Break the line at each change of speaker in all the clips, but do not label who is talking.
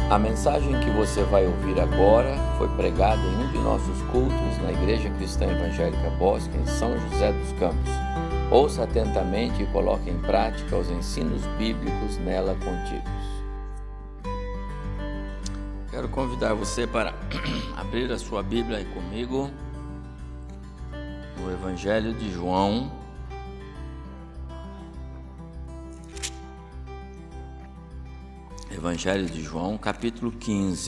A mensagem que você vai ouvir agora foi pregada em um de nossos cultos na Igreja Cristã Evangélica Bosque, em São José dos Campos. Ouça atentamente e coloque em prática os ensinos bíblicos nela contidos. Quero convidar você para abrir a sua Bíblia aí comigo no Evangelho de João. Evangelho de João, capítulo 15.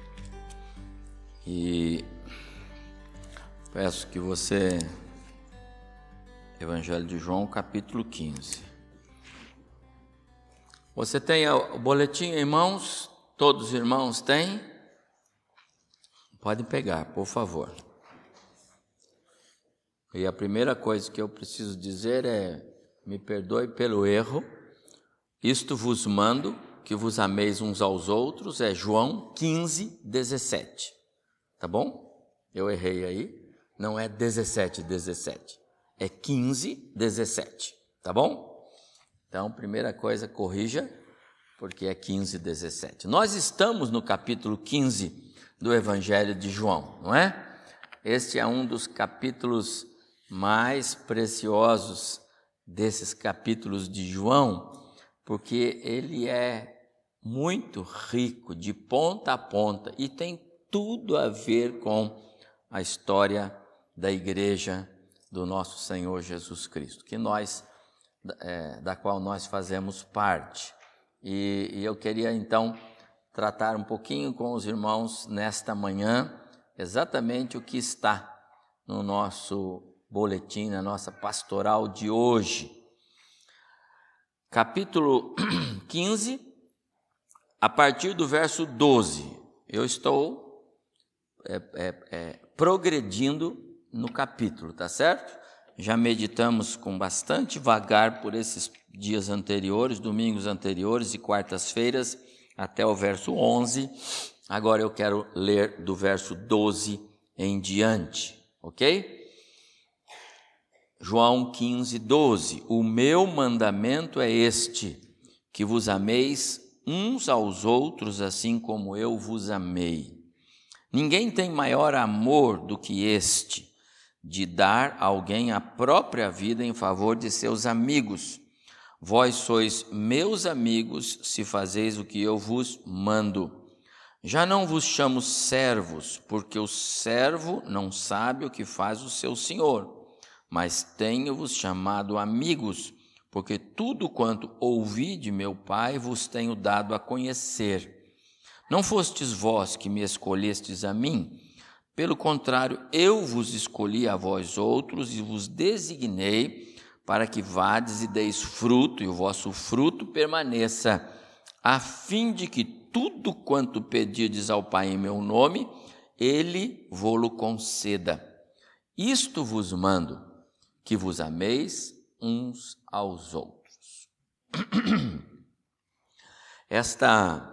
E peço que você... Evangelho de João, capítulo 15. Você tem o boletim em mãos? Todos os irmãos têm? Podem pegar, por favor. E a primeira coisa que eu preciso dizer é: me perdoe pelo erro. Isto vos mando, que vos ameis uns aos outros, é João 15, 17. Tá bom? Eu errei aí. Não é 17, 17. É 15, 17. Tá bom? Então, primeira coisa, corrija, porque é 15, 17. Nós estamos no capítulo 15 do Evangelho de João, não é? Este é um dos capítulos mais preciosos desses capítulos de João, porque ele é muito rico de ponta a ponta e tem tudo a ver com a história da igreja do nosso Senhor Jesus Cristo, da qual nós fazemos parte. E eu queria então tratar um pouquinho com os irmãos nesta manhã exatamente o que está no nosso boletim, na nossa pastoral de hoje. Capítulo 15, a partir do verso 12, eu estou progredindo no capítulo, tá certo? Já meditamos com bastante vagar por esses dias anteriores, domingos anteriores e quartas-feiras, até o verso 11. Agora eu quero ler do verso 12 em diante, ok? João 15, 12. O meu mandamento é este, que vos ameis uns aos outros, assim como eu vos amei. Ninguém tem maior amor do que este, de dar a alguém a própria vida em favor de seus amigos. Vós sois meus amigos, se fazeis o que eu vos mando. Já não vos chamo servos, porque o servo não sabe o que faz o seu senhor, mas tenho-vos chamado amigos, porque tudo quanto ouvi de meu Pai vos tenho dado a conhecer. Não fostes vós que me escolhestes a mim, pelo contrário, eu vos escolhi a vós outros e vos designei para que vades e deis fruto, e o vosso fruto permaneça, a fim de que tudo quanto pedirdes ao Pai em meu nome, Ele vô-lo conceda. Isto vos mando, que vos ameis uns aos outros. Esta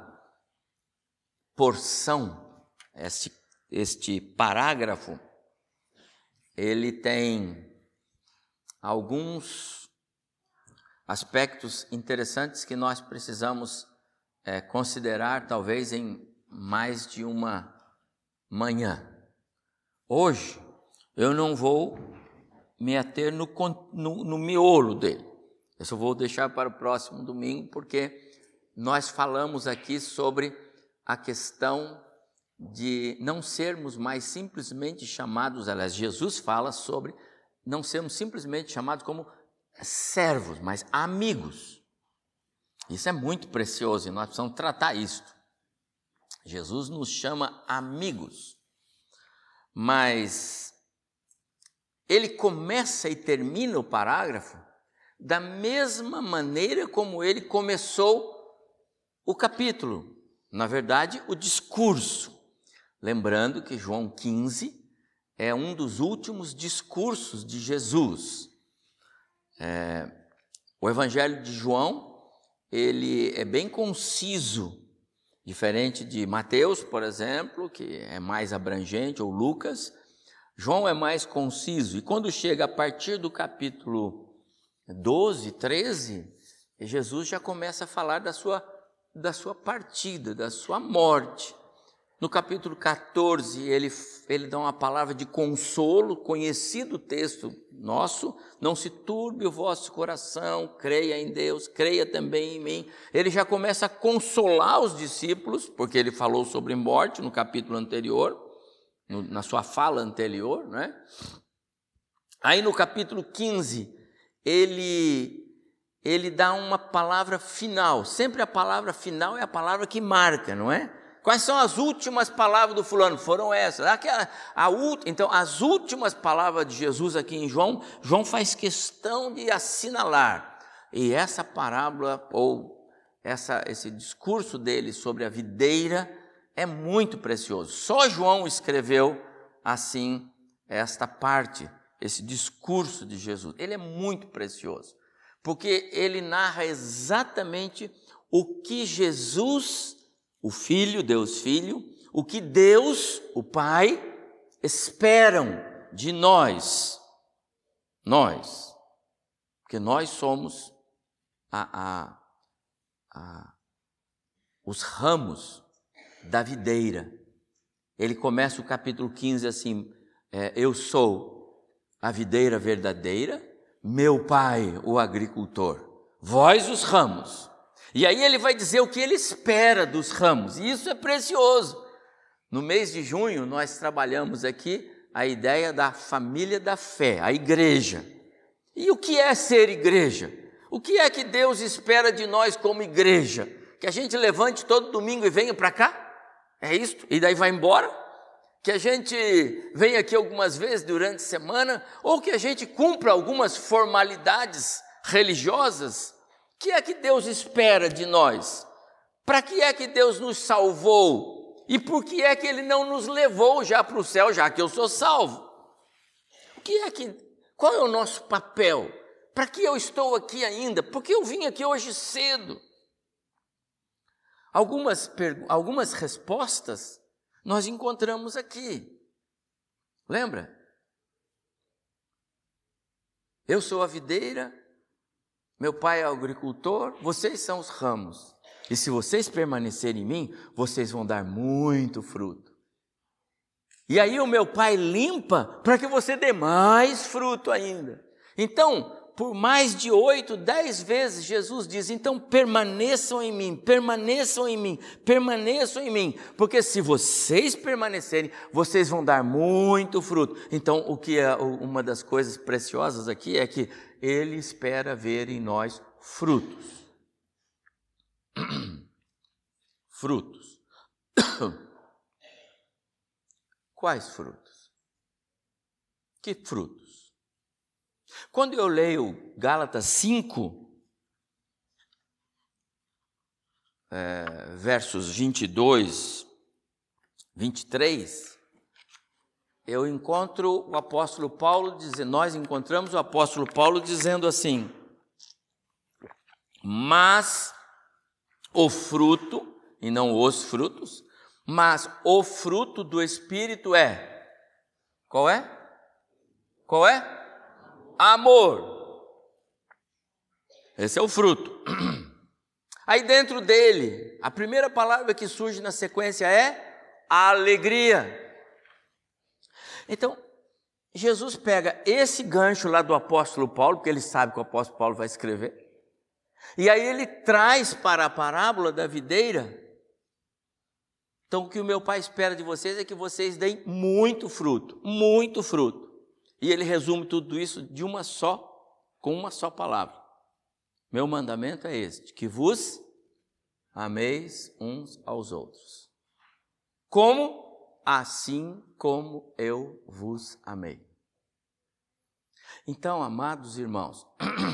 porção, este parágrafo, ele tem alguns aspectos interessantes que nós precisamos considerar, talvez em mais de uma manhã. Hoje, eu não vou me ater no miolo dele. Eu só vou deixar para o próximo domingo, porque nós falamos aqui sobre a questão de não sermos mais simplesmente chamados, aliás, Jesus fala sobre não sermos simplesmente chamados como servos, mas amigos. Isso é muito precioso e nós precisamos tratar isto. Jesus nos chama amigos, mas ele começa e termina o parágrafo da mesma maneira como ele começou o capítulo, na verdade, o discurso. Lembrando que João 15 é um dos últimos discursos de Jesus. O Evangelho de João, ele é bem conciso, diferente de Mateus, por exemplo, que é mais abrangente, ou Lucas. João é mais conciso, e quando chega a partir do capítulo 12, 13, Jesus já começa a falar da sua da sua partida, da sua morte. No capítulo 14, ele dá uma palavra de consolo, conhecido o texto nosso: não se turbe o vosso coração, creia em Deus, creia também em mim. Ele já começa a consolar os discípulos, porque ele falou sobre morte no capítulo anterior, na sua fala anterior, né? Aí no capítulo 15, ele dá uma palavra final. Sempre a palavra final é a palavra que marca, não é? Quais são as últimas palavras do fulano? Foram essas. Então, as últimas palavras de Jesus aqui em João faz questão de assinalar. E essa parábola, ou esse discurso dele sobre a videira, é muito precioso. Só João escreveu assim esta parte, esse discurso de Jesus. Ele é muito precioso, porque ele narra exatamente o que Jesus, o Filho, Deus Filho, o que Deus, o Pai, esperam de nós. Porque nós somos os ramos da videira. Ele começa o capítulo 15 assim: eu sou a videira verdadeira, meu Pai o agricultor, vós os ramos. E aí ele vai dizer o que ele espera dos ramos, e isso é precioso. No mês de junho nós trabalhamos aqui a ideia da família da fé, a igreja. E o que é ser igreja? O que é que Deus espera de nós como igreja? Que a gente levante todo domingo e venha para cá? É isto? E daí vai embora? Que a gente venha aqui algumas vezes durante a semana? Ou que a gente cumpra algumas formalidades religiosas? O que é que Deus espera de nós? Para que é que Deus nos salvou? E por que é que Ele não nos levou já para o céu, já que eu sou salvo? Qual é o nosso papel? Para que eu estou aqui ainda? Por que eu vim aqui hoje cedo? Algumas respostas nós encontramos aqui. Lembra? Eu sou a videira, meu pai é o agricultor, vocês são os ramos. E se vocês permanecerem em mim, vocês vão dar muito fruto. E aí o meu pai limpa para que você dê mais fruto ainda. Então, por mais de 8, 10 vezes Jesus diz: então permaneçam em mim, permaneçam em mim, permaneçam em mim. Porque se vocês permanecerem, vocês vão dar muito fruto. Então, o que é uma das coisas preciosas aqui é que Ele espera ver em nós frutos. Frutos. Quais frutos? Que frutos? Quando eu leio Gálatas 5, versos 22, 23, eu encontro o apóstolo Paulo dizendo, nós encontramos o apóstolo Paulo dizendo assim: mas o fruto, e não os frutos, mas o fruto do Espírito é, qual é? Qual é? Amor. Esse é o fruto. Aí dentro dele, a primeira palavra que surge na sequência é alegria. Então, Jesus pega esse gancho lá do apóstolo Paulo, porque ele sabe que o apóstolo Paulo vai escrever, e aí ele traz para a parábola da videira. Então, o que o meu pai espera de vocês é que vocês deem muito fruto, muito fruto. E ele resume tudo isso com uma só palavra. Meu mandamento é este, que vos ameis uns aos outros. Como? Assim como eu vos amei. Então, amados irmãos,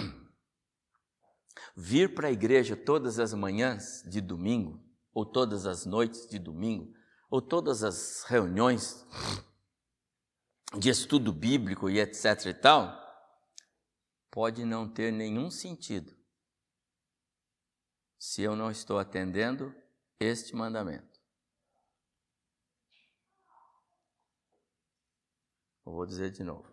vir para a igreja todas as manhãs de domingo, ou todas as noites de domingo, ou todas as reuniões de estudo bíblico e etc e tal, pode não ter nenhum sentido se eu não estou atendendo este mandamento. Eu vou dizer de novo.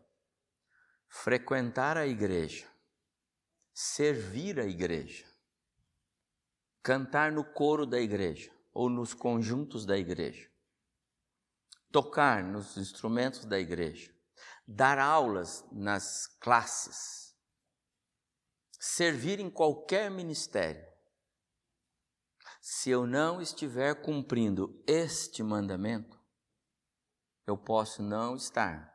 Frequentar a igreja, servir a igreja, cantar no coro da igreja ou nos conjuntos da igreja, tocar nos instrumentos da igreja, dar aulas nas classes, servir em qualquer ministério, se eu não estiver cumprindo este mandamento, eu posso não estar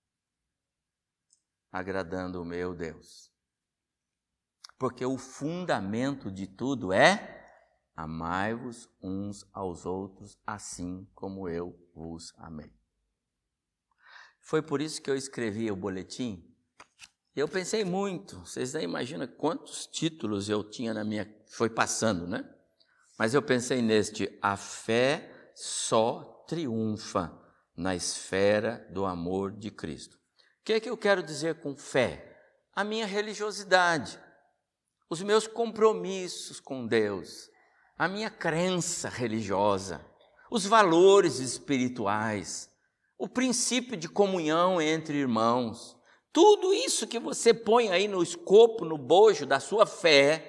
agradando o meu Deus. Porque o fundamento de tudo é: amai-vos uns aos outros, assim como eu vos amei. Foi por isso que eu escrevi o boletim. Eu pensei muito, vocês nem imaginam quantos títulos eu tinha na minha... Foi passando, né? Mas eu pensei neste: a fé só triunfa na esfera do amor de Cristo. O que é que eu quero dizer com fé? A minha religiosidade, os meus compromissos com Deus, a minha crença religiosa, os valores espirituais, o princípio de comunhão entre irmãos, tudo isso que você põe aí no escopo, no bojo da sua fé,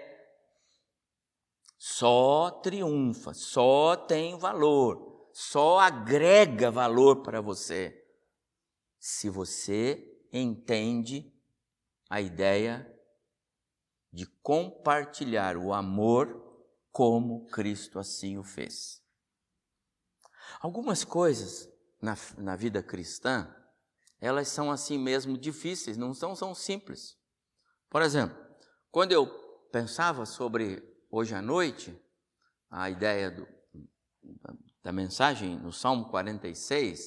só triunfa, só tem valor, só agrega valor para você, se você entende a ideia de compartilhar o amor como Cristo assim o fez. Algumas coisas na vida cristã, elas são assim mesmo difíceis, não são simples. Por exemplo, quando eu pensava sobre hoje à noite, a ideia da mensagem no Salmo 46,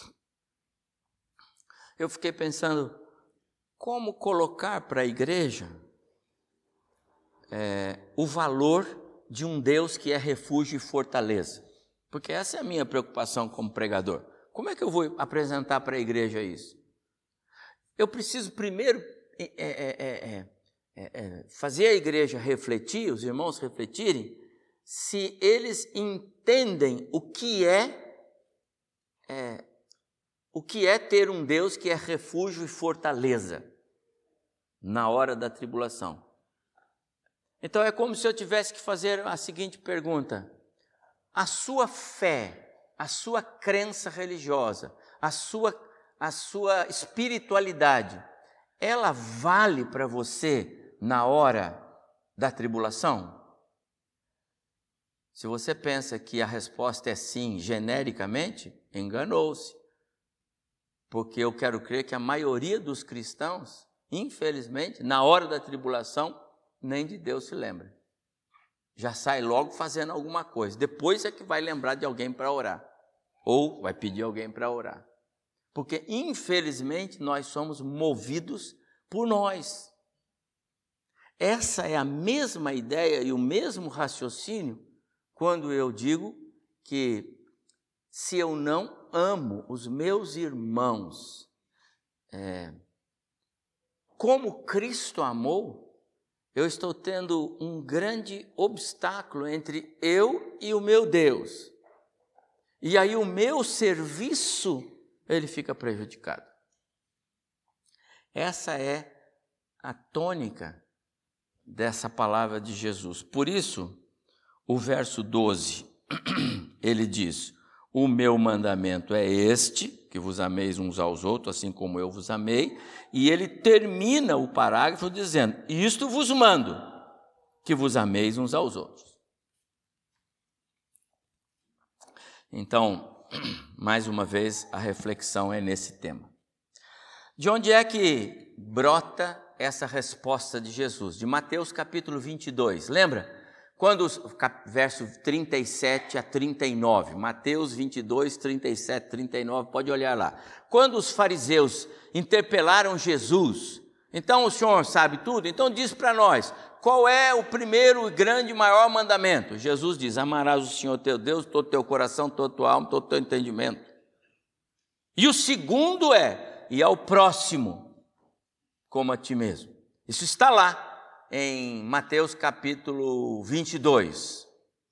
eu fiquei pensando como colocar para a igreja o valor de um Deus que é refúgio e fortaleza. Porque essa é a minha preocupação como pregador. Como é que eu vou apresentar para a igreja isso? Eu preciso primeiro fazer a igreja refletir, os irmãos refletirem, se eles entendem o que é ter um Deus que é refúgio e fortaleza na hora da tribulação. Então é como se eu tivesse que fazer a seguinte pergunta: a sua fé, a sua crença religiosa, a sua espiritualidade, ela vale para você na hora da tribulação? Se você pensa que a resposta é sim, genericamente, enganou-se. Porque eu quero crer que a maioria dos cristãos, infelizmente, na hora da tribulação, nem de Deus se lembra. Já sai logo fazendo alguma coisa. Depois é que vai lembrar de alguém para orar. Ou vai pedir alguém para orar. Porque, infelizmente, nós somos movidos por nós. Essa é a mesma ideia e o mesmo raciocínio quando eu digo que se eu não amo os meus irmãos como Cristo amou, eu estou tendo um grande obstáculo entre eu e o meu Deus. E aí o meu serviço, ele fica prejudicado. Essa é a tônica dessa palavra de Jesus. Por isso, o verso 12, ele diz: o meu mandamento é este, que vos ameis uns aos outros, assim como eu vos amei. E ele termina o parágrafo dizendo: isto vos mando, que vos ameis uns aos outros. Então, mais uma vez, a reflexão é nesse tema. De onde é que brota essa resposta de Jesus? De Mateus capítulo 22, lembra? Quando verso 37 a 39, Mateus 22, 37, 39, pode olhar lá. Quando os fariseus interpelaram Jesus, então o Senhor sabe tudo, então diz para nós, qual é o primeiro e grande maior mandamento? Jesus diz: amarás o Senhor teu Deus, todo o teu coração, toda a tua alma, todo o teu entendimento. E o segundo é: e ao próximo como a ti mesmo. Isso está lá em Mateus capítulo 22.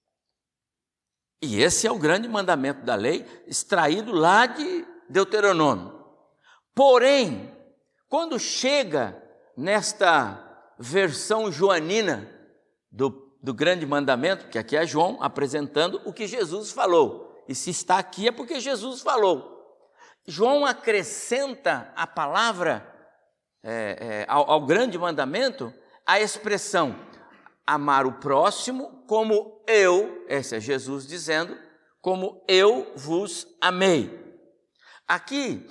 E esse é o grande mandamento da lei, extraído lá de Deuteronômio. Porém, quando chega nesta versão joanina do do grande mandamento, porque aqui é João apresentando o que Jesus falou. E se está aqui é porque Jesus falou. João acrescenta a palavra ao grande mandamento a expressão amar o próximo como eu, esse é Jesus dizendo, como eu vos amei. Aqui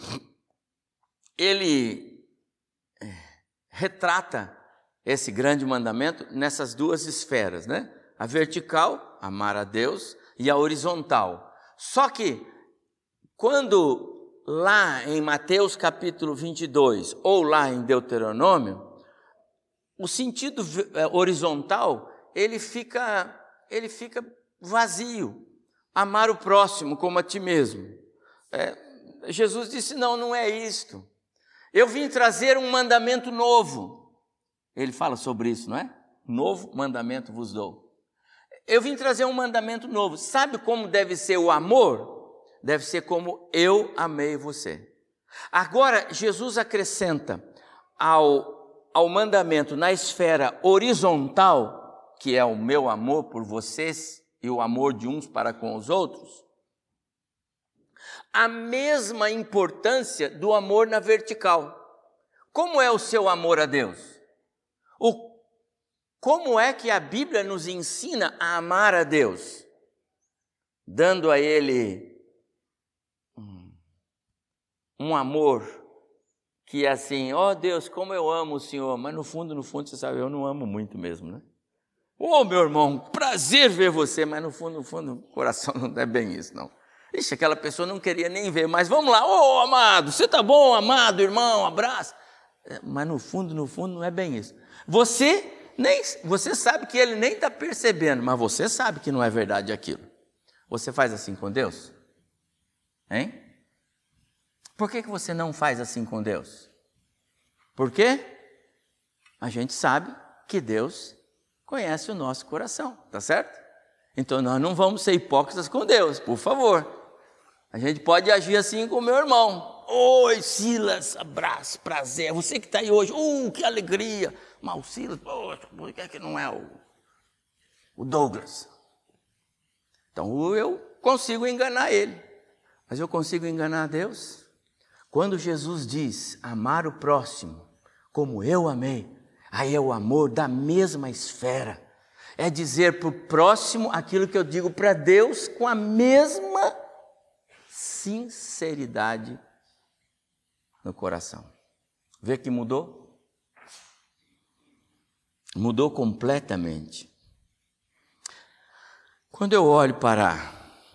ele retrata esse grande mandamento nessas duas esferas, né? A vertical, amar a Deus, e a horizontal. Só que quando lá em Mateus capítulo 22 ou lá em Deuteronômio, o sentido horizontal, ele fica vazio. Amar o próximo como a ti mesmo. Jesus disse, não é isto. Eu vim trazer um mandamento novo. Ele fala sobre isso, não é? Novo mandamento vos dou. Eu vim trazer um mandamento novo. Sabe como deve ser o amor? Deve ser como eu amei você. Agora, Jesus acrescenta ao mandamento na esfera horizontal, que é o meu amor por vocês e o amor de uns para com os outros, a mesma importância do amor na vertical. Como é o seu amor a Deus? Como é que a Bíblia nos ensina a amar a Deus? Dando a Ele um amor que é assim, ó Deus, como eu amo o Senhor, mas no fundo, você sabe, eu não amo muito mesmo, né? Ô meu irmão, prazer ver você, mas no fundo, o coração não é bem isso, não. Ixi, aquela pessoa não queria nem ver, mas vamos lá, ô amado, você tá bom, amado, irmão, abraço. Mas no fundo, não é bem isso. Você sabe que ele nem está percebendo, mas você sabe que não é verdade aquilo. Você faz assim com Deus? Hein? Por que você não faz assim com Deus? Por quê? A gente sabe que Deus conhece o nosso coração, tá certo? Então nós não vamos ser hipócritas com Deus, por favor. A gente pode agir assim com o meu irmão. Oi, Silas, abraço, prazer. Você que está aí hoje, que alegria. Mas o Silas, poxa, por que não é o Douglas? Então eu consigo enganar ele, mas eu consigo enganar Deus? Quando Jesus diz amar o próximo como eu amei, aí é o amor da mesma esfera. É dizer para o próximo aquilo que eu digo para Deus com a mesma sinceridade no coração. Vê que mudou? Mudou completamente. Quando eu olho para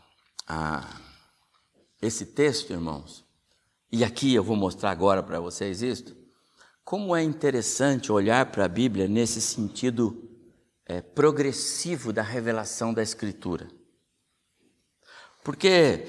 esse texto, irmãos, e aqui eu vou mostrar agora para vocês isto, como é interessante olhar para a Bíblia nesse sentido progressivo da revelação da Escritura. Porque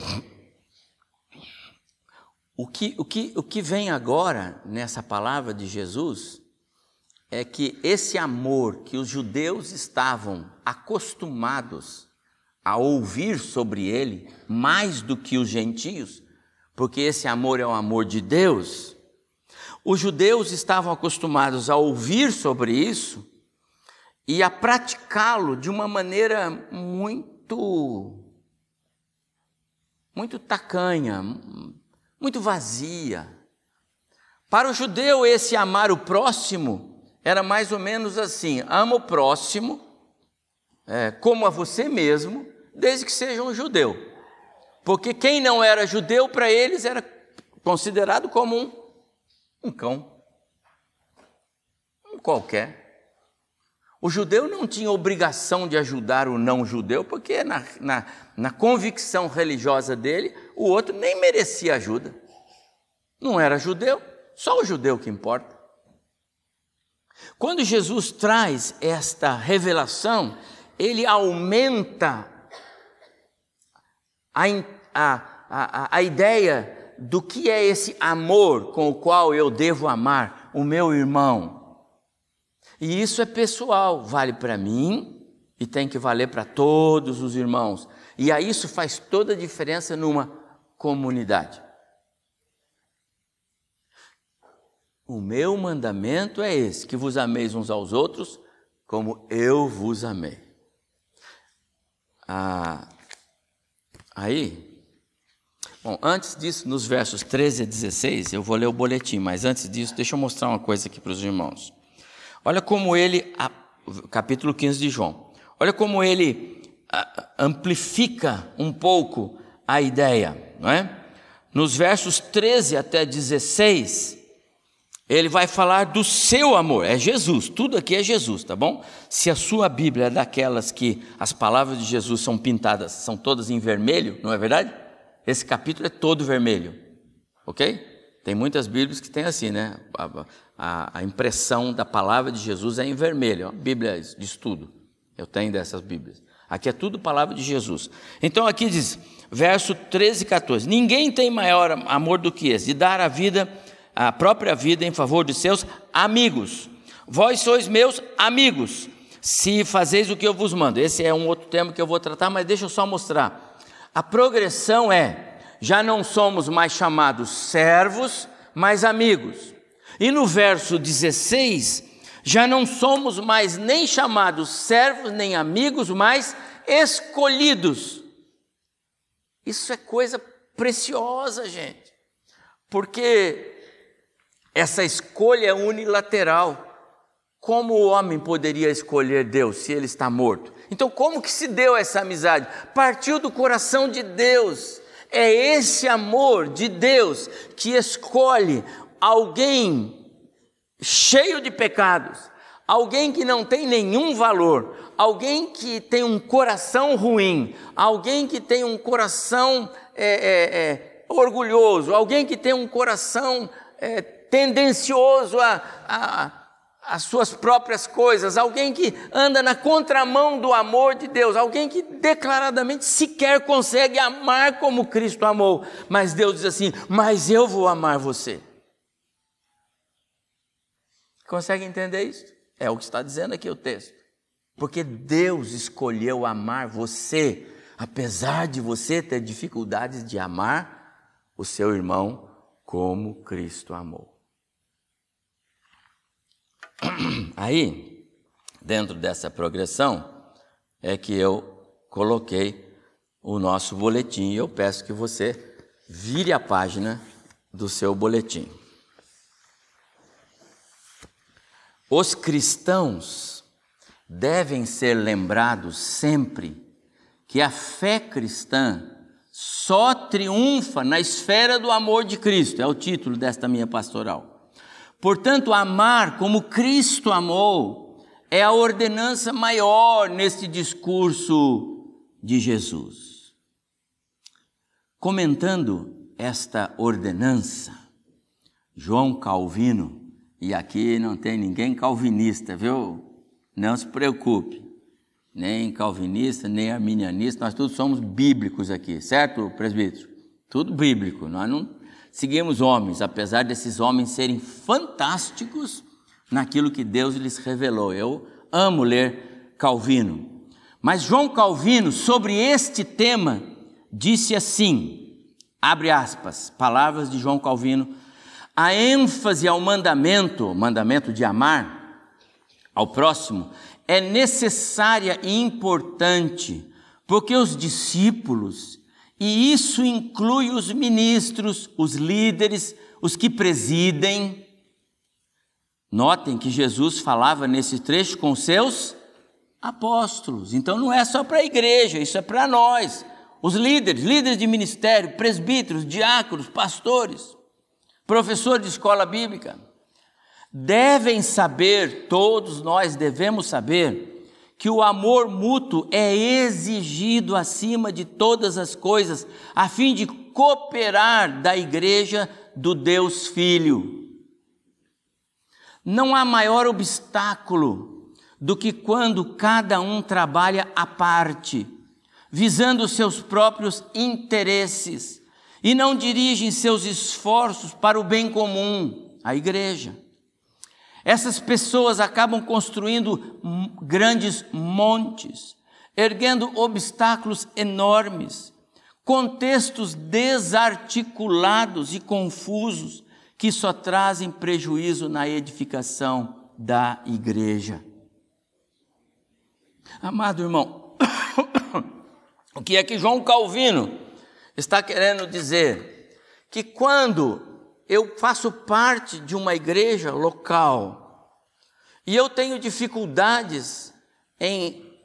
o que vem agora nessa palavra de Jesus é que esse amor que os judeus estavam acostumados a ouvir sobre ele, mais do que os gentios, porque esse amor é o amor de Deus, os judeus estavam acostumados a ouvir sobre isso e a praticá-lo de uma maneira muito tacanha, muito vazia. Para o judeu, esse amar o próximo era mais ou menos assim: ama o próximo como a você mesmo, desde que seja um judeu. Porque quem não era judeu, para eles era considerado como um cão, um qualquer. O judeu não tinha obrigação de ajudar o não judeu, porque na convicção religiosa dele, o outro nem merecia ajuda. Não era judeu, só o judeu que importa. Quando Jesus traz esta revelação, ele aumenta a ideia do que é esse amor com o qual eu devo amar o meu irmão. E isso é pessoal, vale para mim e tem que valer para todos os irmãos. E aí isso faz toda a diferença numa comunidade. O meu mandamento é esse, que vos ameis uns aos outros como eu vos amei. Aí, bom, antes disso, nos versos 13 a 16, eu vou ler o boletim, mas antes disso, deixa eu mostrar uma coisa aqui para os irmãos. Olha como ele, capítulo 15 de João, olha como ele amplifica um pouco a ideia, não é? Nos versos 13 até 16, ele vai falar do seu amor, é Jesus, tudo aqui é Jesus, tá bom? Se a sua Bíblia é daquelas que as palavras de Jesus são pintadas, são todas em vermelho, não é verdade? Esse capítulo é todo vermelho, ok? Tem muitas Bíblias que tem assim, né? A impressão da palavra de Jesus é em vermelho, é uma Bíblia de estudo, eu tenho dessas Bíblias. Aqui é tudo palavra de Jesus. Então aqui diz, verso 13 e 14, ninguém tem maior amor do que esse, de dar a própria vida em favor de seus amigos. Vós sois meus amigos, se fazeis o que eu vos mando. Esse é um outro tema que eu vou tratar, mas deixa eu só mostrar. A progressão já não somos mais chamados servos, mas amigos. E no verso 16, já não somos mais nem chamados servos, nem amigos, mas escolhidos. Isso é coisa preciosa, gente, porque essa escolha é unilateral. Como o homem poderia escolher Deus se ele está morto? Então, como que se deu essa amizade? Partiu do coração de Deus. É esse amor de Deus que escolhe alguém cheio de pecados, alguém que não tem nenhum valor, alguém que tem um coração ruim, alguém que tem um coração orgulhoso, alguém que tem um coração tendencioso às suas próprias coisas, alguém que anda na contramão do amor de Deus, alguém que declaradamente sequer consegue amar como Cristo amou, mas Deus diz assim, mas eu vou amar você. Consegue entender isso? É o que está dizendo aqui o texto. Porque Deus escolheu amar você, apesar de você ter dificuldades de amar o seu irmão como Cristo amou. Aí, dentro dessa progressão, é que eu coloquei o nosso boletim e eu peço que você vire a página do seu boletim. Os cristãos devem ser lembrados sempre que a fé cristã só triunfa na esfera do amor de Cristo, é o título desta minha pastoral. Portanto, amar como Cristo amou é a ordenança maior neste discurso de Jesus. Comentando esta ordenança, João Calvino, e aqui não tem ninguém calvinista, viu? Não se preocupe, nem calvinista, nem arminianista, nós todos somos bíblicos aqui, certo, presbítero? Tudo bíblico, nós não seguimos homens, apesar desses homens serem fantásticos naquilo que Deus lhes revelou. Eu amo ler Calvino. Mas João Calvino, sobre este tema, disse assim, abre aspas, palavras de João Calvino, a ênfase ao mandamento de amar ao próximo, é necessária e importante, porque os discípulos, e isso inclui os ministros, os líderes, os que presidem. Notem que Jesus falava nesse trecho com seus apóstolos. Então não é só para a igreja, isso é para nós. Os líderes de ministério, presbíteros, diáconos, pastores, professores de escola bíblica, devem saber, todos nós devemos saber, que o amor mútuo é exigido acima de todas as coisas, a fim de cooperar da igreja do Deus Filho. Não há maior obstáculo do que quando cada um trabalha à parte, visando os seus próprios interesses, e não dirigem seus esforços para o bem comum, a igreja. Essas pessoas acabam construindo grandes montes, erguendo obstáculos enormes, contextos desarticulados e confusos que só trazem prejuízo na edificação da igreja. Amado irmão, O que é que João Calvino está querendo dizer? Que quando eu faço parte de uma igreja local e eu tenho dificuldades em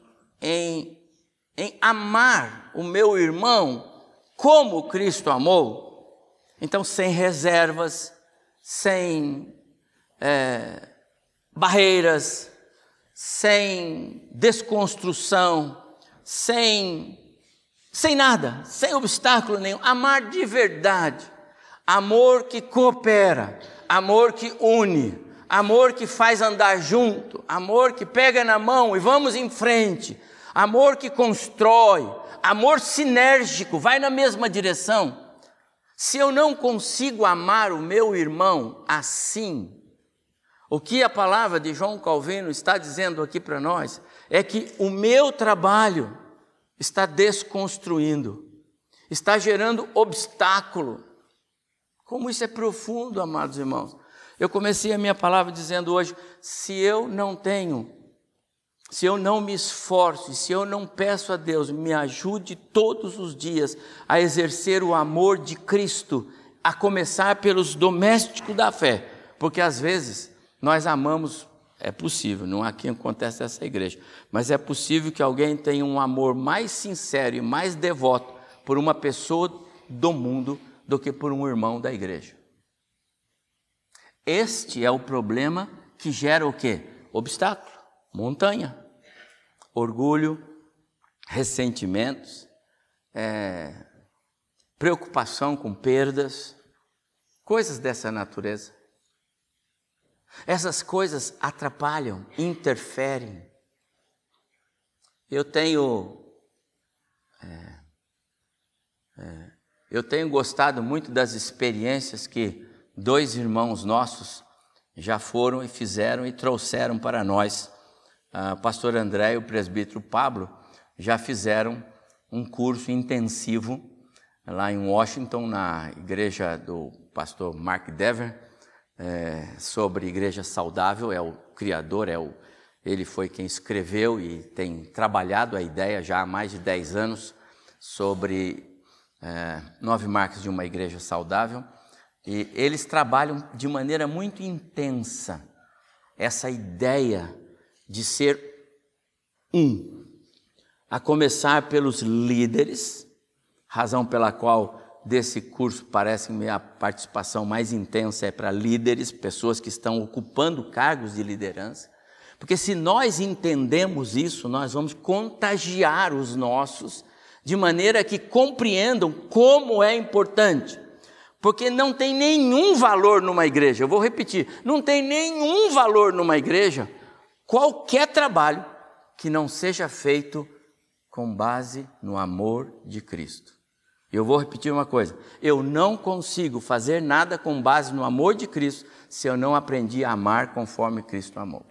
amar o meu irmão como Cristo amou, então sem reservas, sem barreiras, sem desconstrução, sem nada, sem obstáculo nenhum, amar de verdade, amor que coopera, amor que une, amor que faz andar junto, amor que pega na mão e vamos em frente, amor que constrói, amor sinérgico, vai na mesma direção. Se eu não consigo amar o meu irmão assim, o que a palavra de João Calvino está dizendo aqui para nós é que o meu trabalho está desconstruindo, está gerando obstáculo. Como isso é profundo, amados irmãos. Eu comecei a minha palavra dizendo hoje, se eu não me esforço, se eu não peço a Deus, me ajude todos os dias a exercer o amor de Cristo, a começar pelos domésticos da fé, porque às vezes nós amamos, é possível, não é que acontece nessa igreja, mas é possível que alguém tenha um amor mais sincero e mais devoto por uma pessoa do mundo do que por um irmão da igreja. Este é o problema que gera o quê? Obstáculo, montanha, orgulho, ressentimentos, preocupação com perdas, coisas dessa natureza. Essas coisas atrapalham, interferem. Eu tenho gostado muito das experiências que 2 irmãos nossos já foram e fizeram e trouxeram para nós. O pastor André e o presbítero Pablo já fizeram um curso intensivo lá em Washington, na igreja do pastor Mark Dever, sobre igreja saudável. É o criador, ele foi quem escreveu e tem trabalhado a ideia já há mais de 10 anos sobre 9 marcas de uma igreja saudável, e eles trabalham de maneira muito intensa essa ideia de ser a começar pelos líderes, razão pela qual desse curso parece-me a participação mais intensa é para líderes, pessoas que estão ocupando cargos de liderança, porque se nós entendemos isso, nós vamos contagiar os nossos, de maneira que compreendam como é importante, porque não tem nenhum valor numa igreja, eu vou repetir, não tem nenhum valor numa igreja, qualquer trabalho que não seja feito com base no amor de Cristo. Eu vou repetir uma coisa, eu não consigo fazer nada com base no amor de Cristo se eu não aprendi a amar conforme Cristo amou.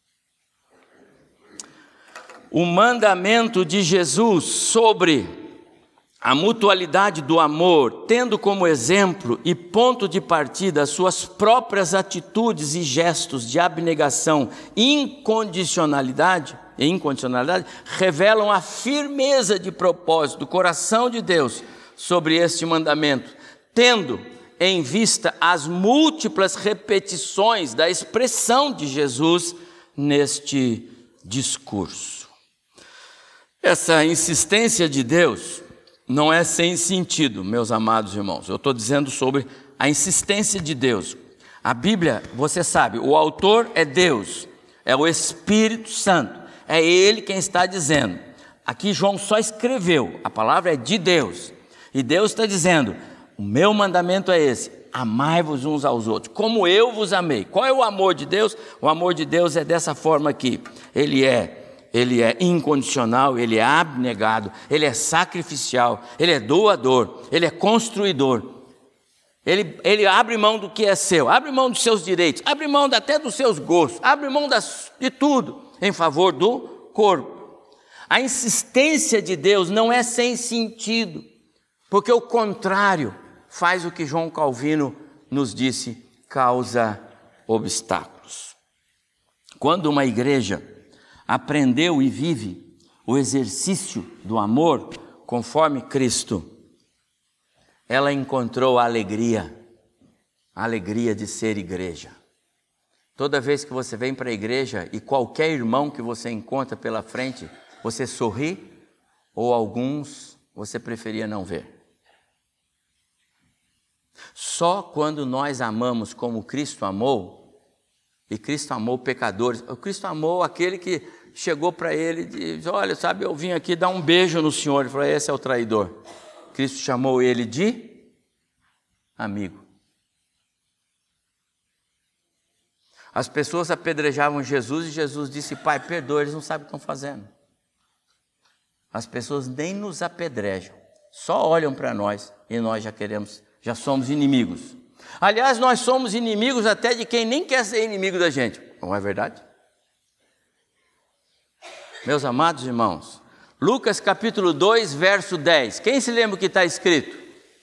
O mandamento de Jesus sobre a mutualidade do amor, tendo como exemplo e ponto de partida as suas próprias atitudes e gestos de abnegação e incondicionalidade, revelam a firmeza de propósito do coração de Deus sobre este mandamento, tendo em vista as múltiplas repetições da expressão de Jesus neste discurso. Essa insistência de Deus não é sem sentido, meus amados irmãos. Eu estou dizendo sobre a insistência de Deus. A Bíblia, você sabe, o autor é Deus, é o Espírito Santo, é Ele quem está dizendo. Aqui João só escreveu, a palavra é de Deus. E Deus está dizendo, o meu mandamento é esse, amai-vos uns aos outros, como eu vos amei. Qual é o amor de Deus? O amor de Deus é dessa forma aqui, Ele é incondicional, Ele é abnegado, Ele é sacrificial, Ele é doador, Ele é construidor. Ele abre mão do que é seu, abre mão dos seus direitos, abre mão até dos seus gostos, abre mão de tudo em favor do corpo. A insistência de Deus não é sem sentido, porque o contrário faz o que João Calvino nos disse, causa obstáculos. Quando uma igreja aprendeu e vive o exercício do amor conforme Cristo, ela encontrou a alegria de ser igreja. Toda vez que você vem para a igreja e qualquer irmão que você encontra pela frente, você sorri, ou alguns você preferia não ver. Só quando nós amamos como Cristo amou, e Cristo amou pecadores, o Cristo amou aquele que chegou para ele e disse, olha, sabe, eu vim aqui dar um beijo no Senhor. Ele falou, esse é o traidor. Cristo chamou ele de amigo. As pessoas apedrejavam Jesus e Jesus disse, Pai, perdoa, eles não sabem o que estão fazendo. As pessoas nem nos apedrejam, só olham para nós e nós já somos inimigos. Aliás, nós somos inimigos até de quem nem quer ser inimigo da gente. Não é verdade? Meus amados irmãos, Lucas capítulo 2, verso 10. Quem se lembra o que está escrito?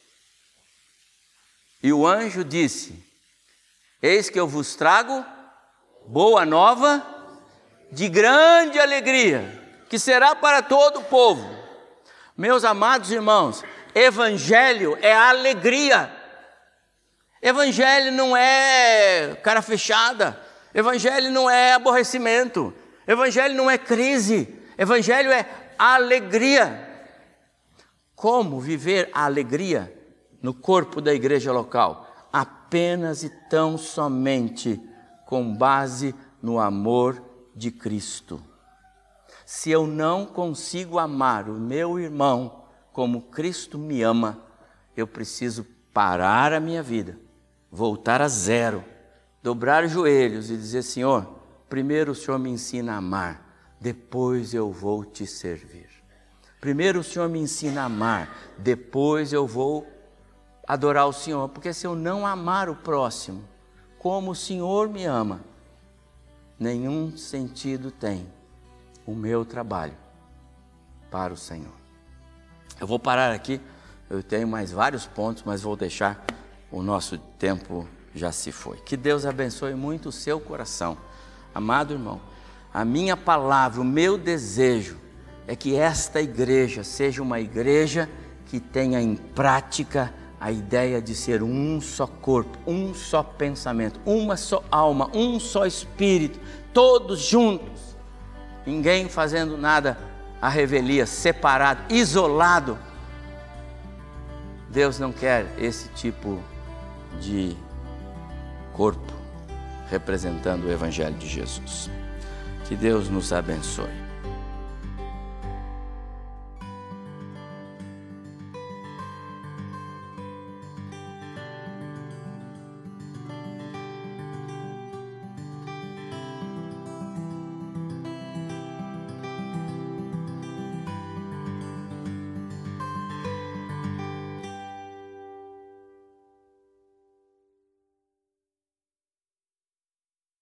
E o anjo disse, eis que eu vos trago boa nova de grande alegria, que será para todo o povo. Meus amados irmãos, evangelho é alegria. Evangelho não é cara fechada. Evangelho não é aborrecimento. Evangelho não é crise. Evangelho é alegria. Como viver a alegria no corpo da igreja local? Apenas e tão somente com base no amor de Cristo. Se eu não consigo amar o meu irmão como Cristo me ama, eu preciso parar a minha vida, voltar a zero, dobrar os joelhos e dizer, Senhor, primeiro o Senhor me ensina a amar, depois eu vou te servir. Primeiro o Senhor me ensina a amar, depois eu vou adorar o Senhor. Porque se eu não amar o próximo como o Senhor me ama, nenhum sentido tem o meu trabalho para o Senhor. Eu vou parar aqui, eu tenho mais vários pontos, mas vou deixar, o nosso tempo já se foi. Que Deus abençoe muito o seu coração. Amado irmão, a minha palavra, o meu desejo é que esta igreja seja uma igreja que tenha em prática a ideia de ser um só corpo, um só pensamento, uma só alma, um só espírito, todos juntos. Ninguém fazendo nada à revelia, separado, isolado. Deus não quer esse tipo de corpo representando o Evangelho de Jesus. Que Deus nos abençoe.